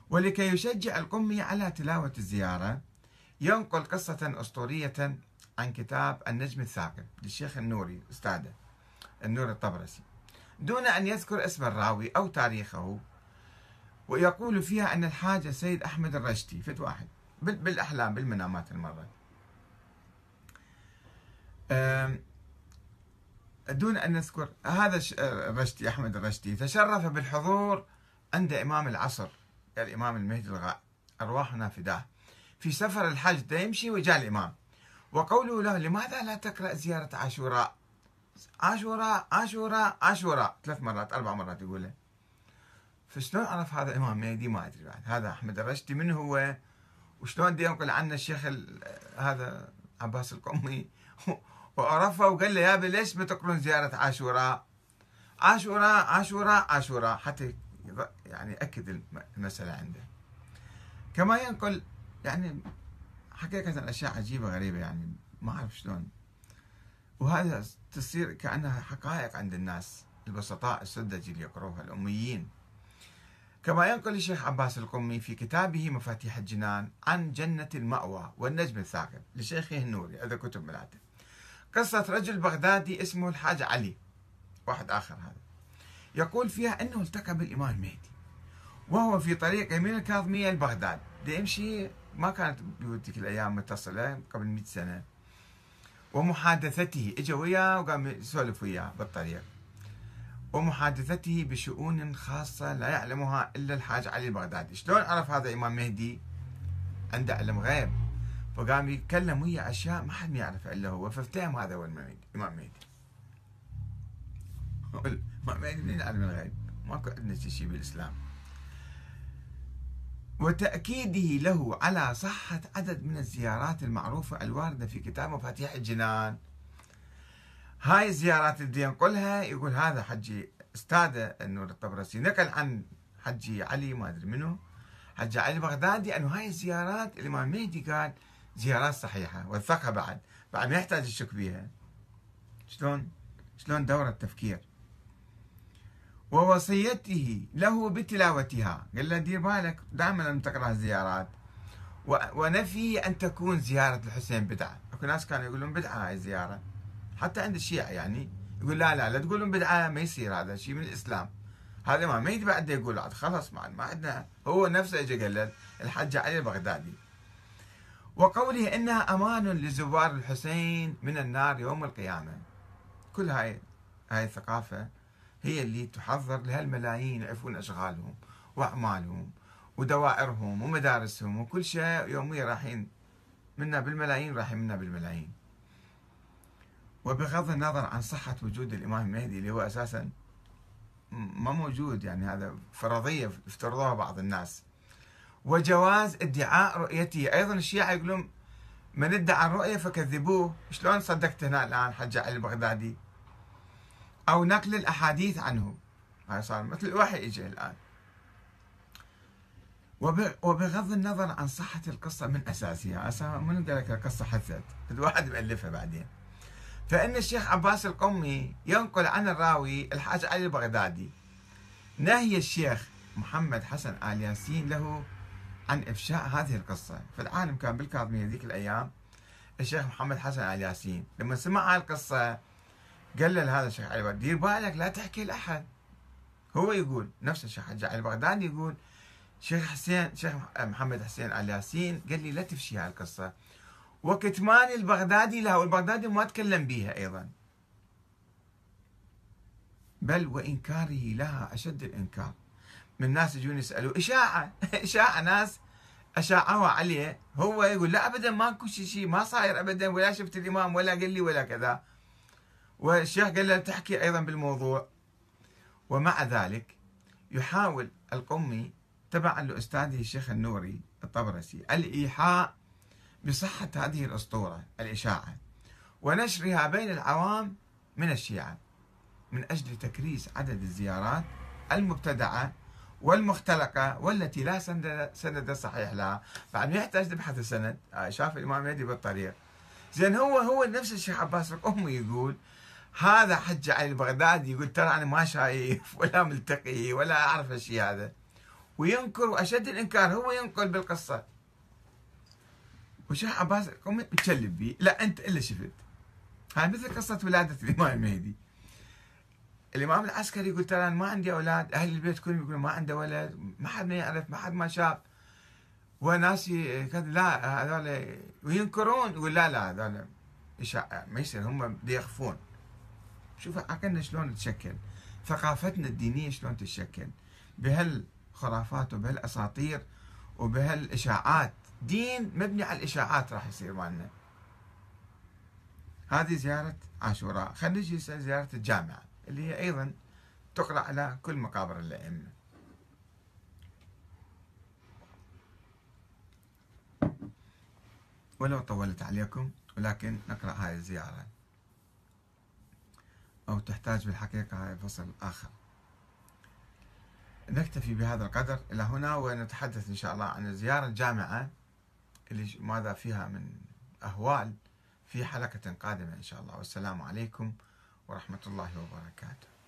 ولكي يشجع القمي على تلاوة الزيارة ينقل قصة أسطورية عن كتاب النجم الثاقب للشيخ النوري أستاذه النوري الطبرسي دون أن يذكر اسم الراوي أو تاريخه، ويقول فيها أن الحاج السيد أحمد الرشدي فت واحد بالأحلام بالمنامات المرة دون أن نذكر هذا الرشدي أحمد الرشدي تشرف بالحضور عند إمام العصر الإمام المهدي الغائب أرواحنا فداه في سفر الحج ده يمشي وجاء الإمام، وقوله له لماذا لا تقرأ زيارة عاشوراء عاشوراء عاشوراء عاشوراء 3 مرات 4 مرات يقوله. فشلون عرف هذا الإمام المهدي؟ ما أدري بعد. هذا أحمد الرشدي من هو وشلون دي ينقل عنه الشيخ هذا عباس القمي وعرفه وقال له يابا ليش ما تقرون زيارة عاشوراء عاشوراء عاشوراء عاشوراء حتى يعني أكد المسألة عنده. كما ينقل يعني حقيقة أشياء عجيبة غريبة يعني ما أعرف شلون، وهذا تصير كأنها حقائق عند الناس البسطاء السذج اللي يقروها الأميين. كما ينقل الشيخ عباس القمي في كتابه مفاتيح الجنان عن جنة المأوى والنجم الثاقب لشيخه النوري، هذا كتب ملاته، قصة رجل بغدادي اسمه الحاج علي واحد آخر هذا، يقول فيها أنه التقى بالإمام المهدي وهو في طريقه من الكاظمية لبغداد، يمشي ما كانت بيوت تلك الأيام متصلة قبل 100 سنة، ومحادثته اجى وياه وقام يسولف وياه بالطريق، ومحادثته بشؤون خاصة لا يعلمها إلا الحاج علي البغدادي. شلون عرف هذا الإمام مهدي؟ عنده علم غيب، فقام يتكلم وياه أشياء ما حد يعرفها إلا هو، فافتهم هذا هو الإمام مهدي. الإمام مهدي من علم الغيب؟ ماكو عندنا شيء بالإسلام. وتأكيده له على صحة عدد من الزيارات المعروفة الواردة في كتاب مفاتيح الجنان. هاي الزيارات اللي ينقلها يقول هذا حجي استاذه النور الطبرسي نقل عن حجي علي ما ادري منو حجي علي البغدادي انه هاي الزيارات الامام المهدي قال زيارات صحيحه وثقها بعد ما يحتاج يشك بيها. شلون دور التفكير. ووصيته له بتلاوتها، قال له دير بالك دائما لما تقرا الزيارات، ونفي ان تكون زياره الحسين بدعه. اكو ناس كانوا يقولون بدعه هاي الزياره، حتى عند الشيعة يعني يقول لا تقولون بدعة، ما يصير هذا شيء من الإسلام. هذا ما يجي بعد يقول خلاص ما عندنا، هو نفسه اجى قال الحج علي البغدادي. وقوله انها امان لزوار الحسين من النار يوم القيامة. كل هاي الثقافة هي اللي تحضر لهالملايين يعرفون اشغالهم واعمالهم ودوائرهم ومدارسهم وكل شيء يوميا رايحين منا بالملايين رايحين منا بالملايين. وبغض النظر عن صحة وجود الإمام المهدي اللي هو أساسا ما موجود، يعني هذا فرضية افترضوها بعض الناس، وجواز ادعاء رؤيته. أيضا الشيعة يقولون من ادعى الرؤية فكذبوه. شلون صدقت هنا الآن حج علي البغدادي؟ أو نقل الأحاديث عنه، هاي صار مثل الوحي إجى الآن. وبغض النظر عن صحة القصة من أساسها، أساسا من قال لك القصة حدثت الواحد مؤلفها بعدين، فإن الشيخ عباس القمي ينقل عن الراوي الحاج علي البغدادي نهي الشيخ محمد حسن آل ياسين له عن إفشاء هذه القصة. فالعالم كان بالكاظمية ذيك الأيام الشيخ محمد حسن آل ياسين لما سمع هاي القصة قال له هذا الشيخ علي البغدادي دير بالك لا تحكي لأحد. هو يقول نفس الشيخ حج علي البغدادي يقول شيخ محمد حسين آل ياسين قال لي لا تفشي هاي القصة، وكتمان البغدادي لها، والبغدادي ما تكلم بها أيضا، بل وإنكاره لها أشد الإنكار. من ناس يجون يسألوا إشاعة ناس أشاعوا عليه، هو يقول لا أبدا ماكو شيء ما صاير أبدا ولا شفت الإمام ولا قال لي ولا كذا، والشيخ قال له تحكي أيضا بالموضوع. ومع ذلك يحاول القمي تبعا لأستاذه الشيخ النوري الطبرسي الإيحاء بصحة هذه الأسطورة الإشاعة ونشرها بين العوام من الشيعة من أجل تكريس عدد الزيارات المبتدعة والمختلقة والتي لا سند صحيح لها. بعد ما يحتاج نبحث السند، شاف الإمام المهدي بالطريق زين. هو نفس الشيخ عباس القمي يقول هذا حج علي البغدادي يقول ترى أنا ما شايف ولا ملتقي ولا أعرف الشيء هذا، وينكر، وأشد الإنكار هو ينقل بالقصة. وشيخ عباس قوم متشلب بيه، لا أنت إلا شفت. هاي مثل قصة ولادة الإمام المهدي. الإمام العسكري يقول ترى أنا ما عندي أولاد، أهل البيت كلهم يقولون ما عنده ولد، ما حد ما يعرف، ما حد ما شاف، وناس لا هذول وينكرون، يقول لا لا هذول إشاعة ما يصير، هم بده يخفون. شوف عقلنا شلون تشكل، ثقافتنا الدينية شلون تتشكل بهالخرافات وبهالأساطير وبهالإشاعات. دين مبني على الإشاعات راح يصير مالنا. هذه زيارة عاشوراء. خلينا نجي زيارة الجامعة اللي هي أيضا تقرأ على كل مقابر الأئمة. ولو طولت عليكم، ولكن نقرأ هاي الزيارة، أو تحتاج بالحقيقة هاي فصل آخر. نكتفي بهذا القدر إلى هنا، ونتحدث إن شاء الله عن الزيارة الجامعة اللي ماذا فيها من أهوال في حلقة قادمة إن شاء الله. والسلام عليكم ورحمة الله وبركاته.